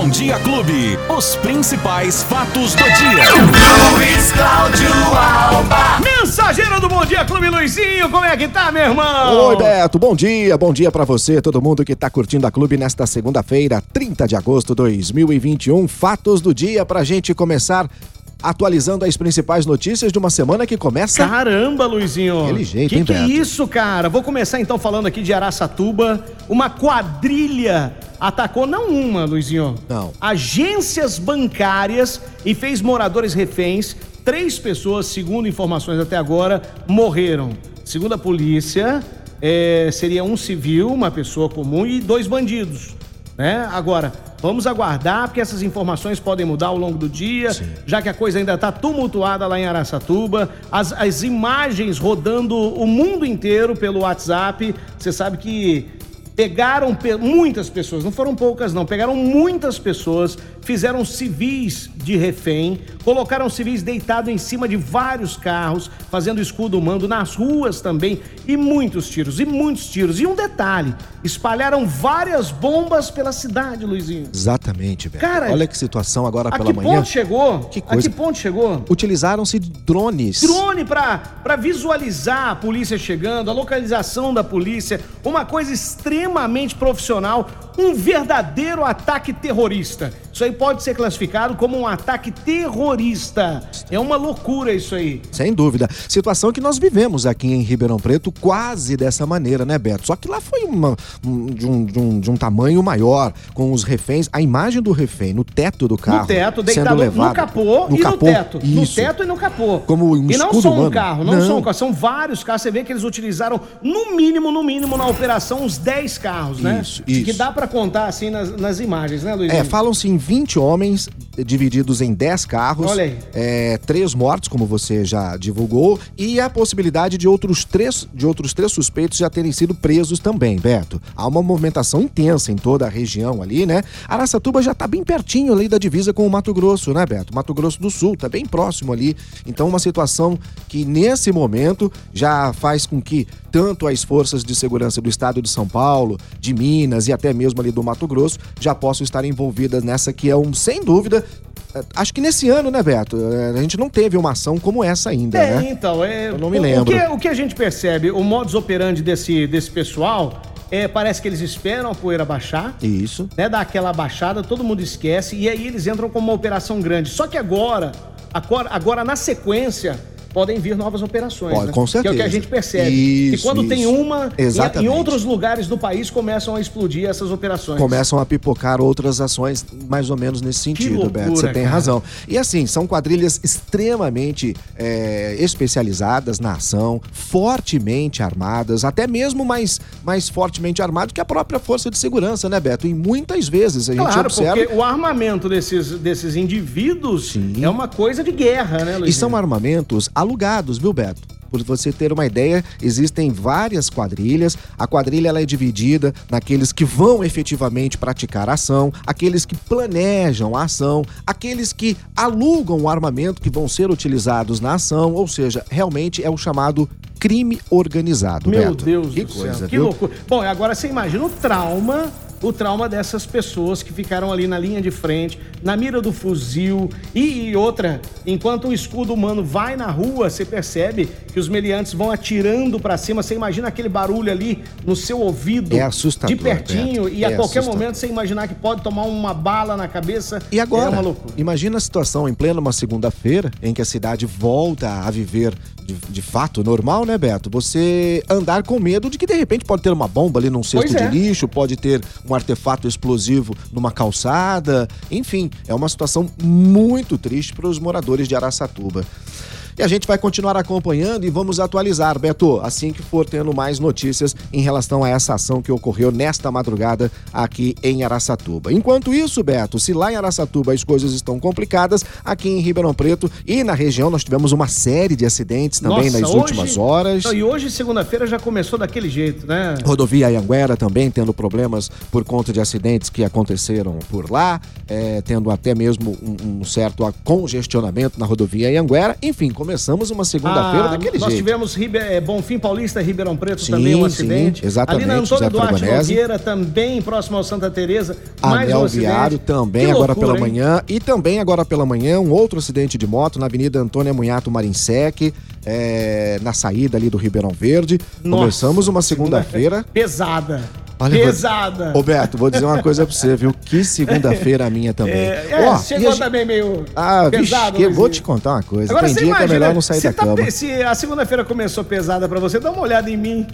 Bom Dia Clube, os principais fatos do dia. Luiz Cláudio Alba. Mensageiro do Bom Dia Clube, Luizinho, como é que tá, meu irmão? Oi, Beto, bom dia pra você, todo mundo que tá curtindo a Clube nesta segunda-feira, 30 de agosto de 2021. Fatos do dia pra gente começar atualizando as principais notícias de uma semana que começa... Caramba, Luizinho. Aquele jeito, hein, Que é Beto? isso, cara? Vou começar então falando aqui de Araçatuba. Uma quadrilha atacou, não uma, Luizinho. Não. Agências bancárias e fez moradores reféns. 3 pessoas, segundo informações até agora, morreram. Segundo a polícia, seria um civil, uma pessoa comum e 2 bandidos, né? Agora, vamos aguardar, porque essas informações podem mudar ao longo do dia, Sim. já que a coisa ainda está tumultuada lá em Araçatuba. As imagens rodando o mundo inteiro pelo WhatsApp. Você sabe que pegaram muitas pessoas, não foram poucas não, pegaram muitas pessoas, fizeram civis de refém, colocaram civis deitados em cima de vários carros, fazendo escudo humano nas ruas também, e muitos tiros. E um detalhe, espalharam várias bombas pela cidade, Luizinho. Exatamente, Beto. Cara, olha que situação agora A pela que manhã. ponto chegou? Que coisa. A que ponto chegou? Utilizaram-se drones. Drone pra visualizar a polícia chegando, a localização da polícia, uma coisa extremamente profissional, um verdadeiro ataque terrorista. Isso aí pode ser classificado como um ataque terrorista. É uma loucura isso aí. Sem dúvida. Situação que nós vivemos aqui em Ribeirão Preto quase dessa maneira, né, Beto? Só que lá foi de um tamanho maior, com os reféns, a imagem do refém no teto do carro. No teto, sendo deitado levado, no capô e no teto. Isso. No teto e no capô. Como um e não escudo só um humano. carro, não só um carro, são vários carros. Você vê que eles utilizaram no mínimo na operação uns 10 carros, né? Isso. Que dá pra contar assim nas imagens, né, Luizinho? Falam-se em 20 homens divididos em 10 carros. Olha aí. 3 mortos, como você já divulgou, e a possibilidade de outros três suspeitos já terem sido presos também, Beto. Há uma movimentação intensa em toda a região ali, né? Araçatuba já tá bem pertinho ali da divisa com o Mato Grosso, né, Beto? Mato Grosso do Sul, tá bem próximo ali. Então, uma situação que nesse momento já faz com que tanto as forças de segurança do estado de São Paulo, de Minas e até mesmo ali do Mato Grosso já possam estar envolvidas nessa que é sem dúvida, acho que nesse ano, né, Beto? A gente não teve uma ação como essa ainda, né? Então, eu não me lembro. O que a gente percebe, o modus operandi desse pessoal, parece que eles esperam a poeira baixar. Isso. Né, dá aquela baixada, todo mundo esquece, e aí eles entram com uma operação grande. Só que agora na sequência, podem vir novas operações, Pode, né? Com certeza. Que é o que a gente percebe. Isso, que quando tem uma, em outros lugares do país começam a explodir essas operações. Começam a pipocar outras ações mais ou menos nesse sentido, loucura, Beto. Você tem cara. razão. E assim, são quadrilhas extremamente especializadas na ação, fortemente armadas, até mesmo mais fortemente armadas que a própria força de segurança, né, Beto? E muitas vezes a gente observa... porque o armamento desses indivíduos Sim. é uma coisa de guerra, né, Luiz? E são armamentos alugados, viu, Beto? Por você ter uma ideia, existem várias quadrilhas. A quadrilha ela é dividida naqueles que vão efetivamente praticar a ação, aqueles que planejam a ação, aqueles que alugam o armamento que vão ser utilizados na ação, ou seja, realmente é o chamado crime organizado, Meu Beto. Deus Que do coisa, céu, que viu? loucura. Bom, agora você imagina o trauma dessas pessoas que ficaram ali na linha de frente, na mira do fuzil e outra, enquanto o escudo humano vai na rua, você percebe que os meliantes vão atirando pra cima, você imagina aquele barulho ali no seu ouvido, É assustador, de pertinho, Beto. e a qualquer assustador. momento você imaginar que pode tomar uma bala na cabeça. E agora, é uma loucura. imagina a situação em plena uma segunda-feira, em que a cidade volta a viver de fato normal, né, Beto? Você andar com medo de que de repente pode ter uma bomba ali num cesto Pois é. de lixo, pode ter um artefato explosivo numa calçada, enfim, é uma situação muito triste para os moradores de Araçatuba. E a gente vai continuar acompanhando e vamos atualizar, Beto, assim que for tendo mais notícias em relação a essa ação que ocorreu nesta madrugada aqui em Araçatuba. Enquanto isso, Beto, se lá em Araçatuba as coisas estão complicadas, aqui em Ribeirão Preto e na região nós tivemos uma série de acidentes também nas últimas horas. E hoje, segunda-feira, já começou daquele jeito, né? Rodovia Anhanguera também tendo problemas por conta de acidentes que aconteceram por lá, tendo até mesmo um certo congestionamento na rodovia Anhanguera. Enfim, começamos uma segunda-feira daquele nós jeito. Nós tivemos Bonfim Paulista, Ribeirão Preto também, um acidente. Sim, exatamente. Ali na Antônio Duarte Nogueira, também próximo ao Santa Teresa, mais um acidente. Viário também, agora pela manhã. E também agora pela manhã, um outro acidente de moto na Avenida Antônia Munhato Marinsec, na saída ali do Ribeirão Verde. Nossa, começamos uma segunda-feira pesada. Olha, pesada. Ô Beto, vou dizer uma coisa pra você, viu? Que segunda-feira a minha também. Chegou também meio pesado. Vixe, vou te contar uma coisa. Agora, tem dia que é melhor não sair da cama. Se a segunda-feira começou pesada pra você, dá uma olhada em mim.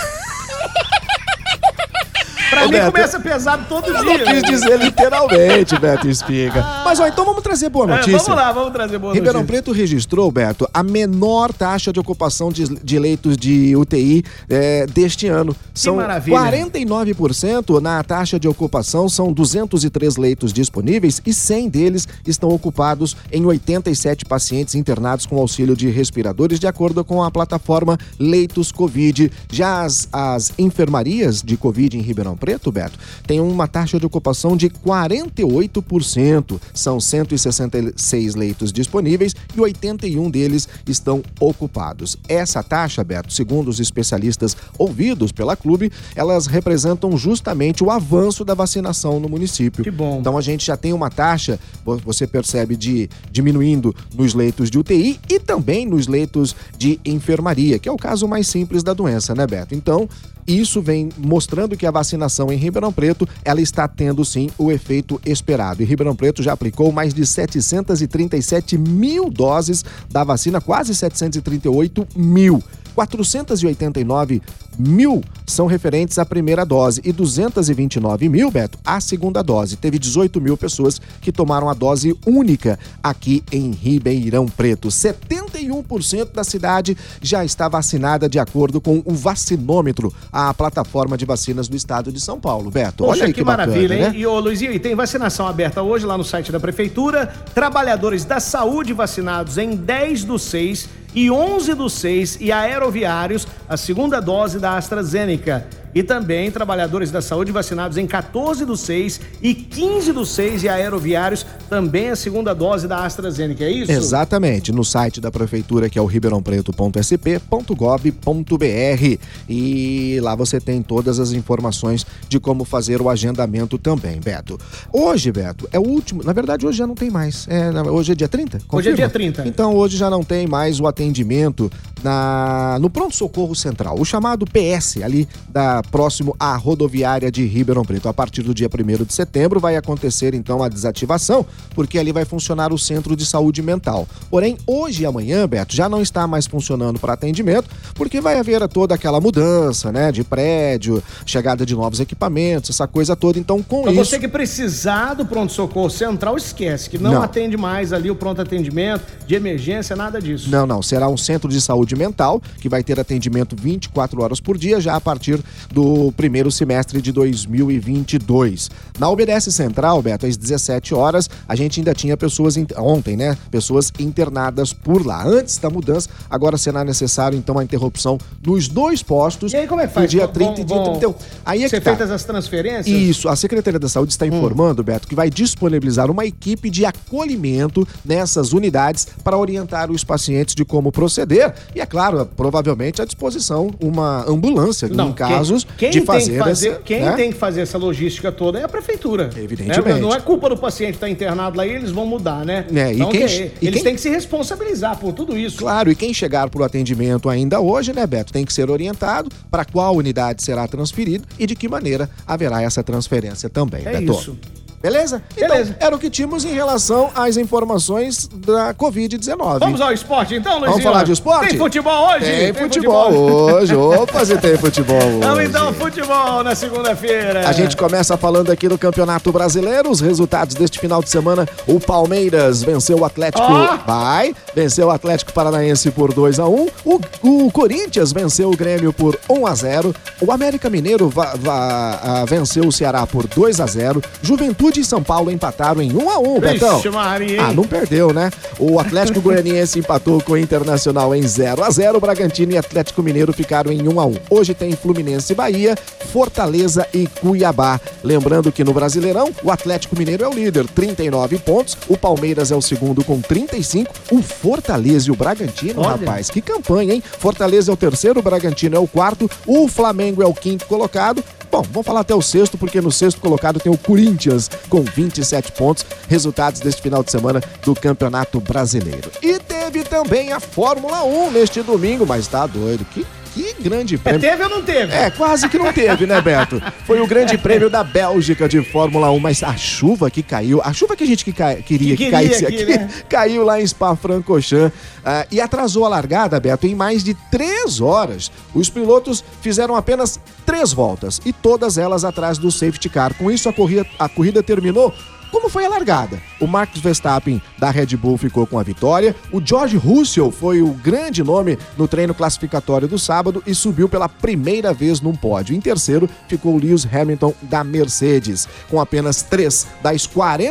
Pra mim Beto, começa pesado todo dia. Eu não quis dizer literalmente, Beto Espiga. Mas, então vamos trazer boa notícia. Vamos trazer boa notícia. Ribeirão Preto registrou, Beto, a menor taxa de ocupação de leitos de UTI deste ano. São 49% na taxa de ocupação, são 203 leitos disponíveis e 100 deles estão ocupados em 87 pacientes internados com auxílio de respiradores, de acordo com a plataforma Leitos Covid. Já as enfermarias de Covid em Ribeirão Preto, Beto, tem uma taxa de ocupação de 48%. São 166 leitos disponíveis e 81 deles estão ocupados. Essa taxa, Beto, segundo os especialistas ouvidos pela Clube, elas representam justamente o avanço da vacinação no município. Que bom. Então a gente já tem uma taxa, você percebe, de diminuindo nos leitos de UTI e também nos leitos de enfermaria, que é o caso mais simples da doença, né, Beto? Então, isso vem mostrando que a vacinação em Ribeirão Preto, ela está tendo sim o efeito esperado. E Ribeirão Preto já aplicou mais de 737 mil doses da vacina, quase 738 mil. 489 mil são referentes à primeira dose e 229 mil, Beto, à segunda dose. Teve 18 mil pessoas que tomaram a dose única aqui em Ribeirão Preto. 71% da cidade já está vacinada de acordo com o vacinômetro, a plataforma de vacinas do estado de São Paulo. Beto, poxa, olha aí que maravilha, bacana, hein? Né? E, Luizinho, e tem vacinação aberta hoje lá no site da Prefeitura. Trabalhadores da saúde vacinados em 10/6 e 11/6 e aeroviários, a segunda dose da AstraZeneca. E também trabalhadores da saúde vacinados em 14/6 e 15/6 e aeroviários, também a segunda dose da AstraZeneca, é isso? Exatamente, no site da Prefeitura, que é o ribeirãopreto.sp.gov.br. E lá você tem todas as informações de como fazer o agendamento também, Beto. Hoje, Beto, é o último, na verdade hoje já não tem mais, hoje é dia 30? Confirma? Hoje é dia 30. Então hoje já não tem mais o atendimento no pronto-socorro central, o chamado PS, ali próximo à rodoviária de Ribeirão Preto. A partir do dia 1º de setembro vai acontecer então a desativação, porque ali vai funcionar o centro de saúde mental. Porém, hoje e amanhã, Beto, já não está mais funcionando para atendimento, porque vai haver toda aquela mudança, né, de prédio, chegada de novos equipamentos, essa coisa toda. Então, com isso... Você que precisar do pronto-socorro central, esquece, que não atende mais ali o pronto atendimento de emergência, nada disso. Não, será um centro de saúde mental, que vai ter atendimento 24 horas por dia, já a partir do primeiro semestre de 2022. Na UBS Central, Beto, às 17 horas, a gente ainda tinha pessoas, ontem, né? Pessoas internadas por lá. Antes da mudança, agora será necessário, então, a interrupção nos dois postos. E aí, como é que faz? Dia 30 e dia 31. Aí é ser feitas as transferências? Isso, a Secretaria da Saúde está informando, Beto, que vai disponibilizar uma equipe de acolhimento nessas unidades para orientar os pacientes de como proceder. E, é claro, provavelmente à disposição uma ambulância, em casos de fazer Quem tem que fazer essa logística toda é a Prefeitura. Evidentemente. Né? Não é culpa do paciente estar internado lá e eles vão mudar, né? Então, eles têm que se responsabilizar por tudo isso. Claro, e quem chegar para o atendimento ainda hoje, né, Beto, tem que ser orientado para qual unidade será transferido e de que maneira haverá essa transferência também, Beto. Isso. Beleza? Beleza. Então, era o que tínhamos em relação às informações da Covid-19. Vamos ao esporte então, Luizinho? Vamos falar de esporte? Tem futebol hoje? Tem futebol hoje. Opa, se tem futebol hoje. Vamos então, futebol na segunda-feira. A gente começa falando aqui do Campeonato Brasileiro. Os resultados deste final de semana. O Palmeiras venceu o Atlético... Venceu o Atlético Paranaense por 2-1. O Corinthians venceu o Grêmio por 1-0. O América Mineiro venceu o Ceará por 2-0. Juventude Juventude e São Paulo empataram em 1-1, Betão. Vixe, Maria, hein? Ah, não perdeu, né? O Atlético Goianiense empatou com o Internacional em 0-0. O Bragantino e Atlético Mineiro ficaram em 1-1. Hoje tem Fluminense e Bahia, Fortaleza e Cuiabá. Lembrando que no Brasileirão, o Atlético Mineiro é o líder, 39 pontos. O Palmeiras é o segundo com 35. O Fortaleza e o Bragantino, Olha. rapaz, que campanha, hein? Fortaleza é o terceiro, o Bragantino é o quarto. O Flamengo é o quinto colocado. Bom, vamos falar até o sexto, porque no sexto colocado tem o Corinthians com 27 pontos, resultados deste final de semana do Campeonato Brasileiro. E teve também a Fórmula 1 neste domingo, mas tá doido, que grande prêmio. Teve ou não teve? Quase que não teve, né, Beto? Foi o grande prêmio da Bélgica de Fórmula 1, mas a chuva que caiu, a chuva que a gente queria que caísse aqui, né? caiu lá em Spa-Francorchamps e atrasou a largada, Beto, em mais de 3 horas. Os pilotos fizeram apenas 3 voltas e todas elas atrás do safety car. Com isso, a corrida terminou. Como foi a largada? O Max Verstappen da Red Bull ficou com a vitória, o George Russell foi o grande nome no treino classificatório do sábado e subiu pela primeira vez num pódio. Em terceiro ficou o Lewis Hamilton da Mercedes. Com apenas 3 das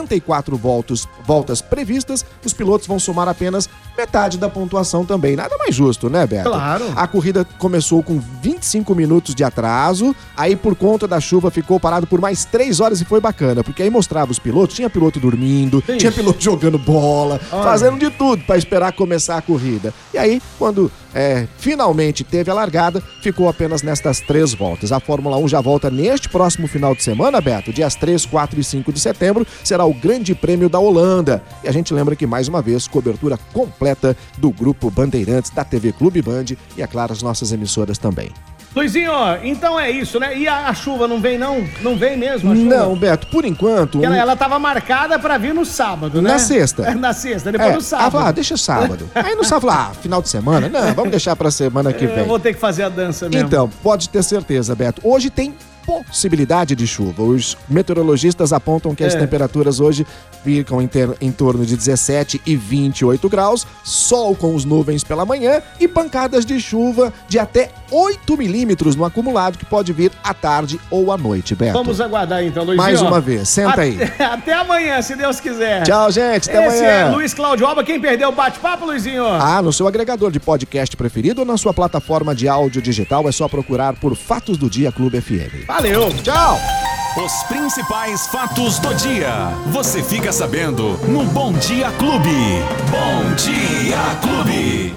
44 voltas previstas, os pilotos vão somar apenas metade da pontuação também. Nada mais justo, né, Beto? Claro. A corrida começou com 25 minutos de atraso, aí por conta da chuva ficou parado por mais 3 horas e foi bacana, porque aí mostrava os pilotos, tinha piloto dormindo, Isso. tinha piloto jogando bola, Olha. fazendo de tudo para esperar começar a corrida. E aí, quando finalmente teve a largada, ficou apenas nestas 3 voltas. A Fórmula 1 já volta neste próximo final de semana, Beto, dias 3, 4 e 5 de setembro, será o Grande Prêmio da Holanda. E a gente lembra que, mais uma vez, cobertura completa do Grupo Bandeirantes, da TV Clube Band e, é claro, as nossas emissoras também. Luizinho, então é isso, né? E a chuva não vem, não? Não vem mesmo a chuva? Não, Beto, por enquanto... Porque ela tava marcada pra vir no sábado, né? Na sexta. Na sexta, depois no sábado. Deixa sábado. Aí no sábado, final de semana? Não, vamos deixar pra semana que vem. Eu vou ter que fazer a dança mesmo. Então, pode ter certeza, Beto. Hoje tem possibilidade de chuva. Os meteorologistas apontam que as temperaturas hoje ficam em torno de 17 e 28 graus, sol com os nuvens pela manhã e pancadas de chuva de até 8 milímetros no acumulado que pode vir à tarde ou à noite, Beto. Vamos aguardar então, Luizinho. Mais uma vez, senta aí. Até amanhã, se Deus quiser. Tchau, gente, até Esse amanhã. é Luiz Cláudio Alba. Quem perdeu o bate-papo, Luizinho? No seu agregador de podcast preferido ou na sua plataforma de áudio digital, é só procurar por Fatos do Dia Clube FM. Valeu. Tchau! Os principais fatos do dia. Você fica sabendo no Bom Dia Clube. Bom Dia Clube.